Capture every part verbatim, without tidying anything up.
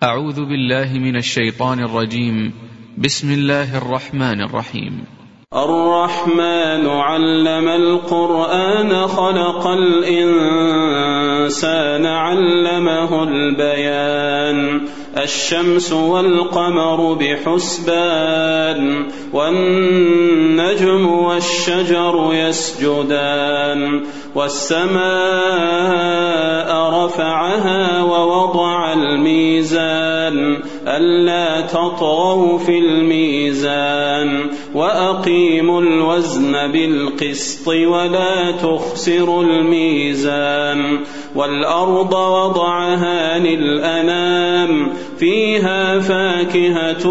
أعوذ بالله من الشيطان الرجيم. بسم الله الرحمن الرحيم. الرحمن علم القرآن خلق الإنسان علمه البيان الشمس والقمر بحسبان والنجم والشجر يسجدان والسماء رفعها ووضع الميزان ألا تطغوا في الميزان وأقيموا الوزن بالقسط ولا تخسروا الميزان والأرض وضعها للأنام فيها فاكهة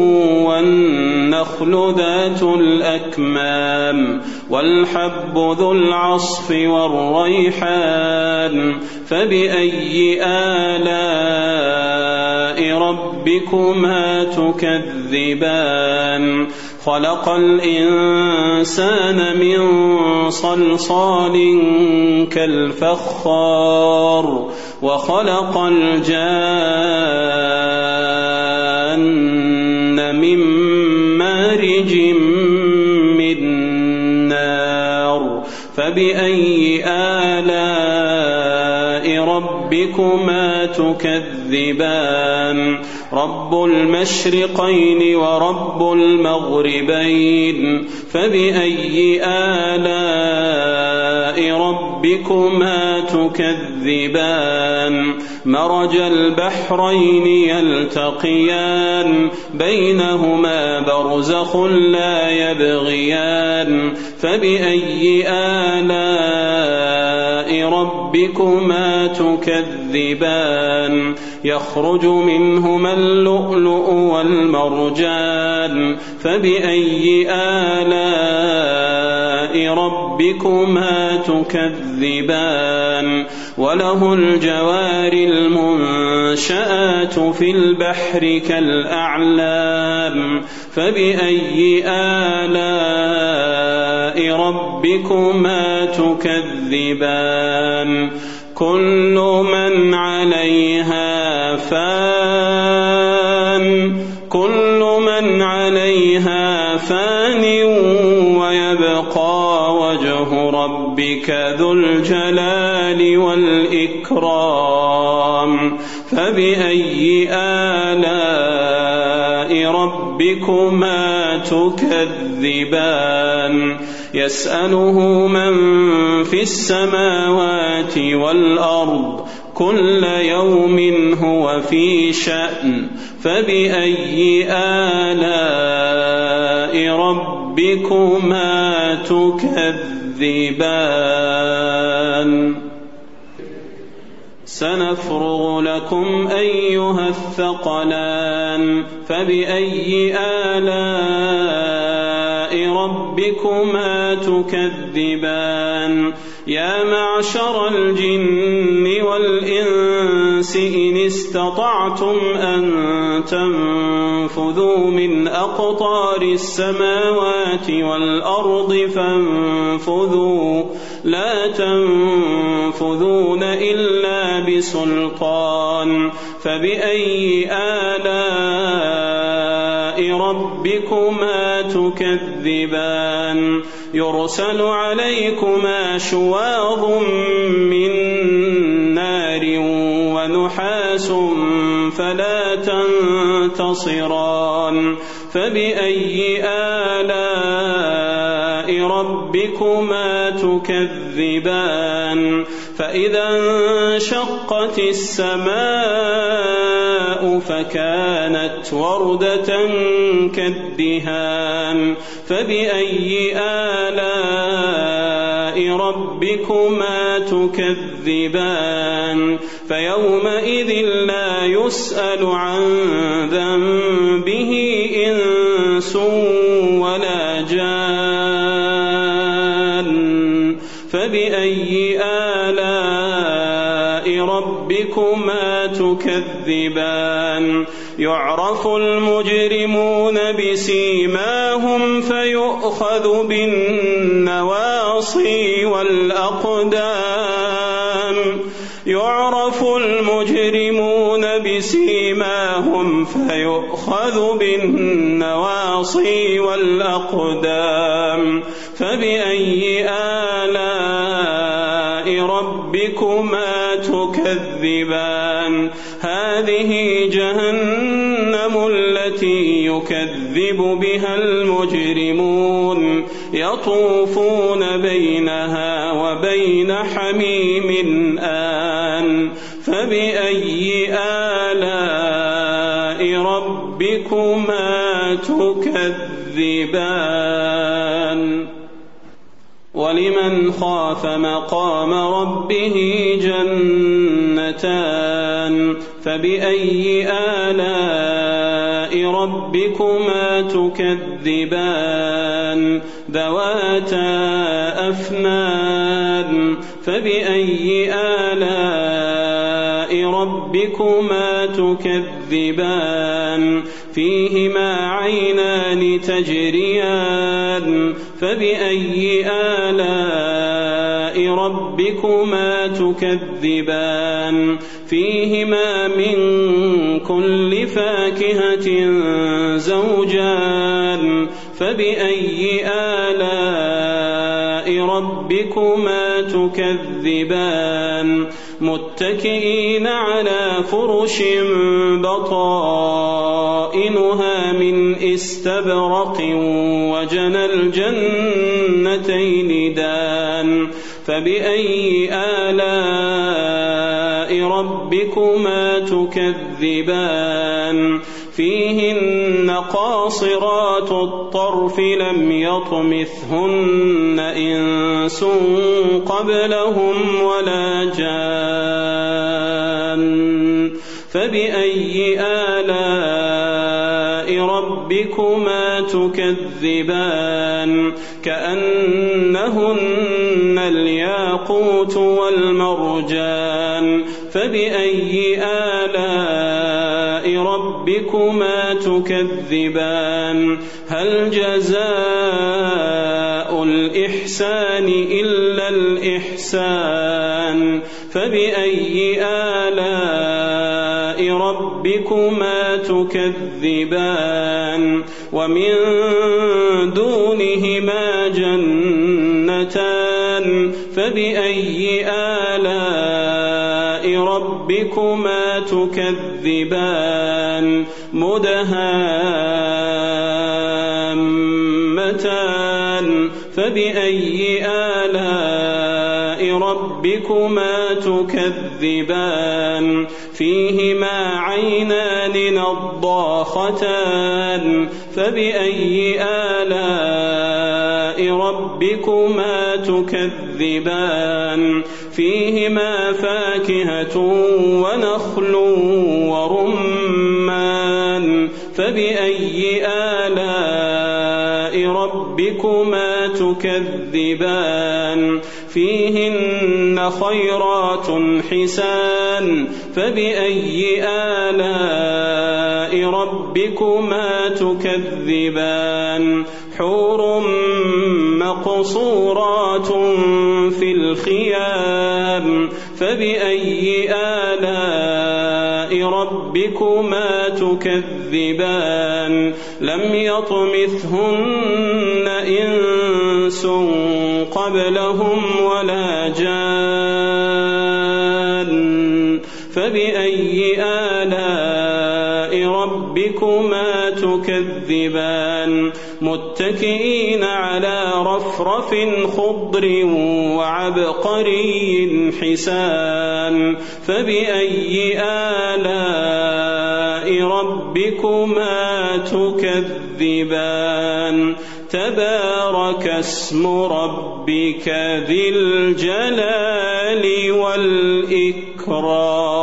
والنخل ذات الأكمام والحب ذو العصف والريحان فبأي آلاء ربكما تكذبان خلق الإنسان من صلصال كالفخار وخلق الجان من مارج من نار فبأي آلاء ربكما تكذبان رب المشرقين ورب المغربين فبأي آلاء ربكما تكذبان مرج البحرين يلتقيان بينهما برزخ لا يبغيان فبأي آلاء ربكما تكذبان يخرج منهما اللؤلؤ والمرجان فبأي آلاء ربكما تكذبان وله الجوار المنشآت في البحر كالأعلام فبأي آلاء ربكما تكذبان كل من عليها فان كل من عليها فان ويبقى وجه ربك ذو الجلال والإكرام فبأي آلاء ربكما تكذبان يسأله من في السماوات والأرض كل يوم هو في شأن فبأي آلاء ربكما تكذبان سنفرغ لكم أيها الثقلان فبأي آلاء ربكما تكذبان يا معشر الجن والإنس إن استطعتم أن تنفذوا من أقطار السماوات والأرض فانفذوا لا تنفذون إلا بسلطان فبأي آلاء ربكما تكذبان يرسل عليكما شواظ من نار ونحاس فلا تنتصران فبأي آلاء ربكما تكذبان فإذا انشقت السماء فكانت وردة كالدهان فبأي آلاء ربكما تكذبان فيومئذ لا يسأل عن ذنبه إنس ولا جان فبأي آلاء ربكما تكذبان يعرف المجرمون بسيماهم فيؤخذ بالنواصي والأقدام يعرف المجرمون بسيماهم فيؤخذ بالنواصي والأقدام فبأي آلاء ربكما تكذبان هذه جهنم التي يكذب بها المجرمون يطوفون بينها وبين حميم آن فبأي آلاء ربكما تكذبان ولمن خاف مقام ربه جنتان فبأي آلاء ربكما تكذبان ذواتا أفنان فبأي آلاء ربكما تكذبان فيهما عينان تجريان فبأي آلاء ربكما تكذبان فيهما من كل فاكهة زوجان فبأي آلاء ربكما تكذبان متكئين على فرش بطائنها من استبرق وجنى الجنتين دان فبأي آلاء ربكما تكذبان فيهن قاصرات الطرف لم يطمثهن إنس قبلهم ولا جان فبأي آلاء ربكما تكذبان كأنهن الياقوت والمرجان فبأي آلاء ربكما تكذبان هل جزاء الإحسان إلا الإحسان فبأي آلاء ربكما تكذبان ومن دونهما جنتان فبأي آلاء ربكما تكذبان مدهامتان فبأي آلاء ربكما تكذبان فيهما عينان نضاختان فبأي آلاء ربكما تكذبان فيهما فاكهة ونخل ورمان فبأي آلاء ربكما تكذبان فيهن خيرات حسان فبأي آلاء ربكما تكذبان حور مقصورات في الخيام فبأي آلاء ربكما تكذبان لم يطمثهن إنس قبلهم ولا جان فبأي آلاء ربكما تكذبان متكئين على رفرف خضر وعبقري حسان فبأي آلاء ربكما تكذبان تبارك اسم ربك ذي الجلال والإكرام.